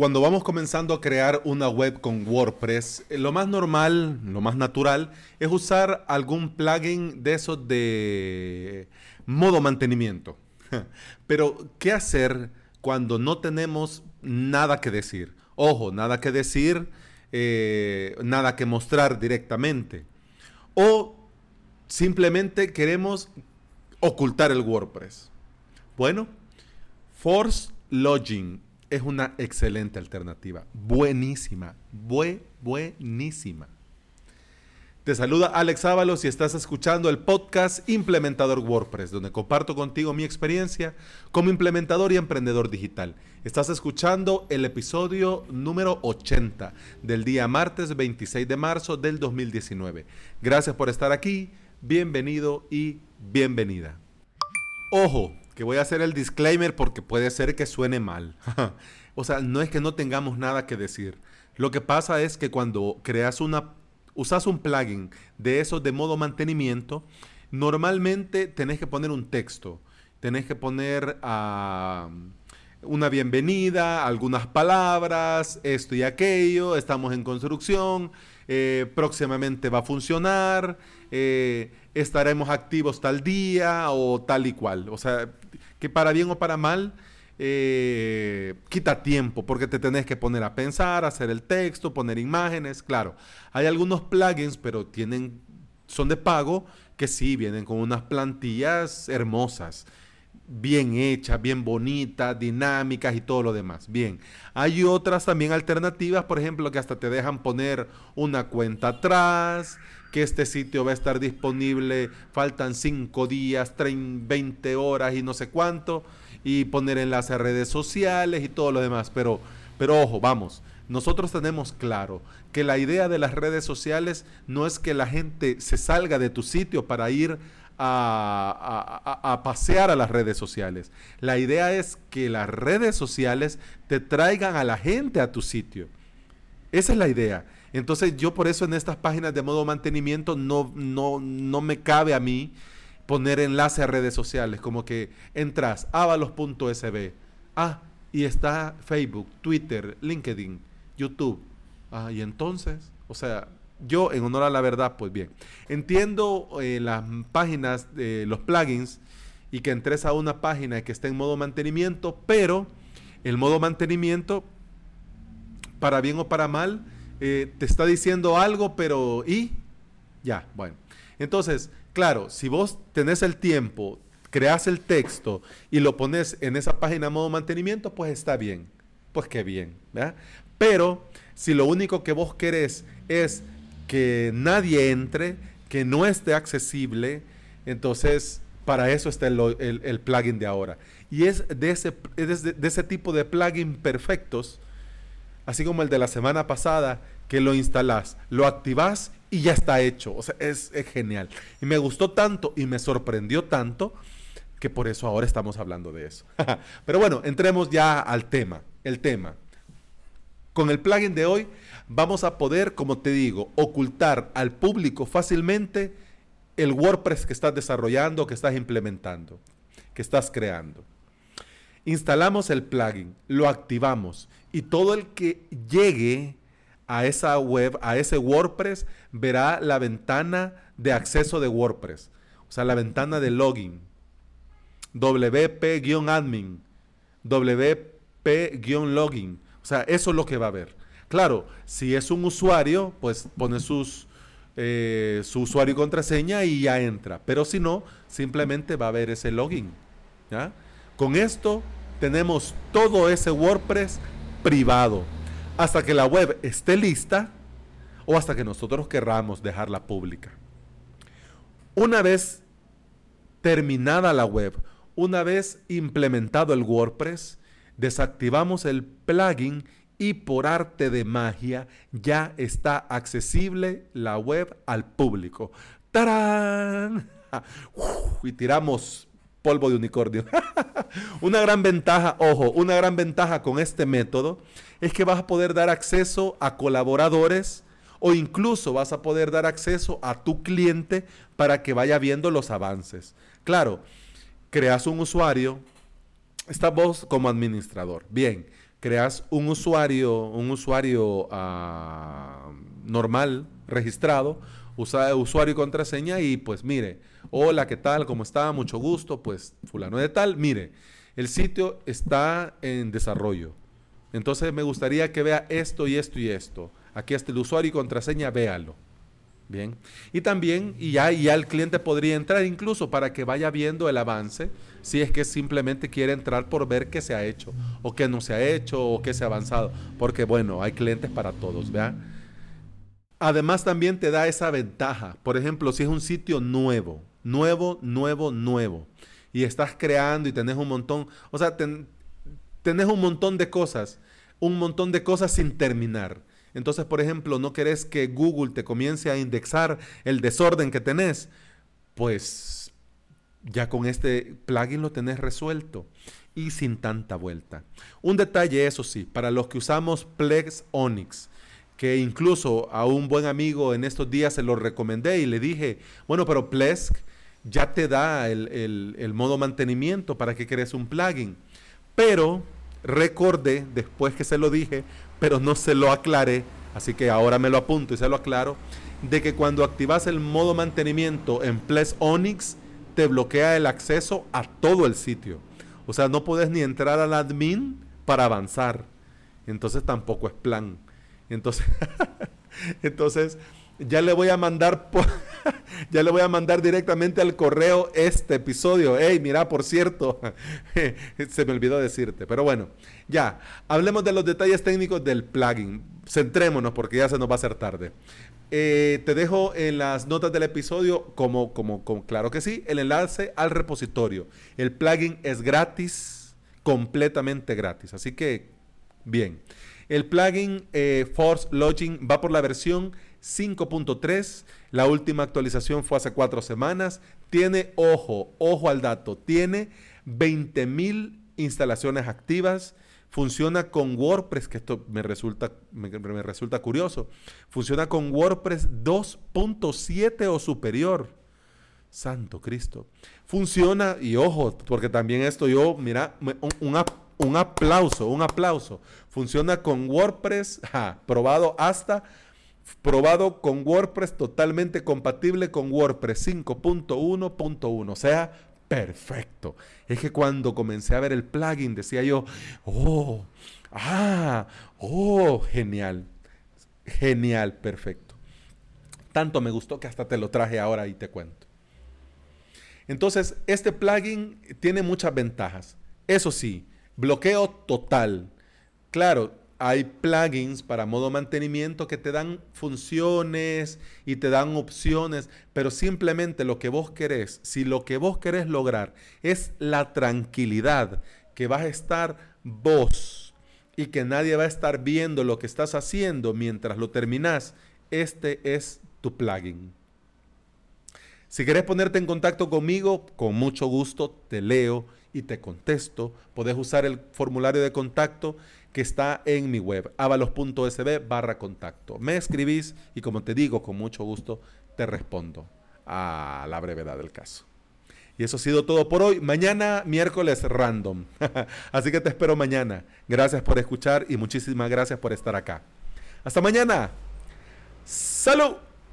Cuando vamos comenzando a crear una web con WordPress, lo más normal, lo más natural, es usar algún plugin de esos de modo mantenimiento. Pero, ¿qué hacer cuando no tenemos nada que decir? Ojo, nada que decir, nada que mostrar directamente. O simplemente queremos ocultar el WordPress. Bueno, Force Login es una excelente alternativa. Buenísima. Buenísima. Te saluda Alex Ábalos y estás escuchando el podcast Implementador WordPress, donde comparto contigo mi experiencia como implementador y emprendedor digital. Estás escuchando el episodio número 80 del día martes 26 de marzo del 2019. Gracias por estar aquí. Bienvenido y bienvenida. Ojo, que voy a hacer el disclaimer porque puede ser que suene mal. O sea, no es que no tengamos nada que decir. Lo que pasa es que cuando usas un plugin de esos de modo mantenimiento, normalmente tenés que poner un texto. Tenés que poner una bienvenida, algunas palabras, esto y aquello, estamos en construcción, próximamente va a funcionar, estaremos activos tal día o tal y cual. O sea, que para bien o para mal, quita tiempo porque te tenés que poner a pensar, hacer el texto, poner imágenes. Claro, hay algunos plugins, pero son de pago, que sí, vienen con unas plantillas hermosas, bien hechas, bien bonitas, dinámicas y todo lo demás. Bien, hay otras también alternativas, por ejemplo, que hasta te dejan poner una cuenta atrás, que este sitio va a estar disponible, faltan 5 días, 20 horas y no sé cuánto, y poner enlaces a redes sociales y todo lo demás. Pero ojo, vamos, nosotros tenemos claro que la idea de las redes sociales no es que la gente se salga de tu sitio para ir a pasear a las redes sociales. La idea es que las redes sociales te traigan a la gente a tu sitio. Esa es la idea. Entonces yo por eso en estas páginas de modo mantenimiento no me cabe a mí poner enlace a redes sociales, como que entras avalos.sb, y está Facebook, Twitter, LinkedIn, YouTube. Y entonces, o sea, yo en honor a la verdad, pues bien, entiendo las páginas, los plugins, y que entres a una página que esté en modo mantenimiento, pero el modo mantenimiento, para bien o para mal, te está diciendo algo, pero ya, bueno. Entonces, claro, si vos tenés el tiempo, creas el texto y lo pones en esa página modo mantenimiento, pues está bien. Pues qué bien, ¿verdad? Pero si lo único que vos querés es que nadie entre, que no esté accesible, entonces para eso está el plugin de ahora. Y es de ese tipo de plugin perfectos, así como el de la semana pasada, que lo instalás, lo activás y ya está hecho. O sea, es genial. Y me gustó tanto y me sorprendió tanto que por eso ahora estamos hablando de eso. Pero bueno, entremos ya al tema. El tema. Con el plugin de hoy vamos a poder, como te digo, ocultar al público fácilmente el WordPress que estás desarrollando, que estás implementando, que estás creando. Instalamos el plugin, lo activamos y todo el que llegue a esa web, a ese WordPress, verá la ventana de acceso de WordPress. O sea, la ventana de login. WP-admin. WP-login. O sea, eso es lo que va a ver. Claro, si es un usuario, pues pone su usuario y contraseña y ya entra. Pero si no, simplemente va a ver ese login. ¿Ya? Con esto tenemos todo ese WordPress privado hasta que la web esté lista o hasta que nosotros querramos dejarla pública. Una vez terminada la web, una vez implementado el WordPress, desactivamos el plugin y por arte de magia ya está accesible la web al público. ¡Tarán! Y tiramos polvo de unicornio. Una gran ventaja, ojo, una gran ventaja con este método es que vas a poder dar acceso a colaboradores o incluso vas a poder dar acceso a tu cliente para que vaya viendo los avances. Claro, creas un usuario, estás vos como administrador. Bien, creas un usuario normal, registrado, usa usuario y contraseña y pues mire, hola, ¿qué tal? ¿Cómo está? Mucho gusto, pues fulano de tal, mire, el sitio está en desarrollo. Entonces me gustaría que vea esto y esto y esto. Aquí está el usuario y contraseña, véalo. Bien. Y también, y ya el cliente podría entrar incluso para que vaya viendo el avance, si es que simplemente quiere entrar por ver qué se ha hecho, o qué no se ha hecho, o qué se ha avanzado. Porque bueno, hay clientes para todos, ¿verdad? Además también te da esa ventaja. Por ejemplo, si es un sitio nuevo, y estás creando y tenés un montón, o sea, tenés un montón de cosas sin terminar. Entonces, por ejemplo, no querés que Google te comience a indexar el desorden que tenés, pues ya con este plugin lo tenés resuelto y sin tanta vuelta. Un detalle, eso sí, para los que usamos Plex Onyx, que incluso a un buen amigo en estos días se lo recomendé y le dije, bueno, pero Plesk ya te da el modo mantenimiento para que crees un plugin. Pero recordé, después que se lo dije, pero no se lo aclaré, así que ahora me lo apunto y se lo aclaro, de que cuando activas el modo mantenimiento en Plesk Onyx, te bloquea el acceso a todo el sitio. O sea, no puedes ni entrar al admin para avanzar. Entonces tampoco es plan. Entonces, entonces ya le voy a mandar ya le voy a mandar directamente al correo este episodio. Hey, mira, por cierto, se me olvidó decirte. Pero bueno, ya, hablemos de los detalles técnicos del plugin. Centrémonos porque ya se nos va a hacer tarde. Te dejo en las notas del episodio, claro que sí, el enlace al repositorio. El plugin es gratis, completamente gratis. Así que, bien. El plugin Force Login va por la versión 5.3. La última actualización fue hace 4 semanas. Tiene, ojo al dato, tiene 20,000 instalaciones activas. Funciona con WordPress, que esto me resulta curioso. Funciona con WordPress 2.7 o superior. Santo Cristo. Funciona, y ojo, porque también esto yo, mira, un aplauso. Funciona con WordPress, probado con WordPress, totalmente compatible con WordPress 5.1.1, o sea, perfecto. Es que cuando comencé a ver el plugin decía yo, genial, perfecto. Tanto me gustó que hasta te lo traje ahora y te cuento. Entonces, este plugin tiene muchas ventajas. Eso sí, bloqueo total. Claro, hay plugins para modo mantenimiento que te dan funciones y te dan opciones, pero simplemente lo que vos querés, si lo que vos querés lograr es la tranquilidad que vas a estar vos y que nadie va a estar viendo lo que estás haciendo mientras lo terminás, este es tu plugin. Si querés ponerte en contacto conmigo, con mucho gusto te leo y te contesto. Podés usar el formulario de contacto que está en mi web, avalos.sb/contacto. Me escribís y, como te digo, con mucho gusto te respondo a la brevedad del caso. Y eso ha sido todo por hoy. Mañana, miércoles random. Así que te espero mañana. Gracias por escuchar y muchísimas gracias por estar acá. Hasta mañana. ¡Salud!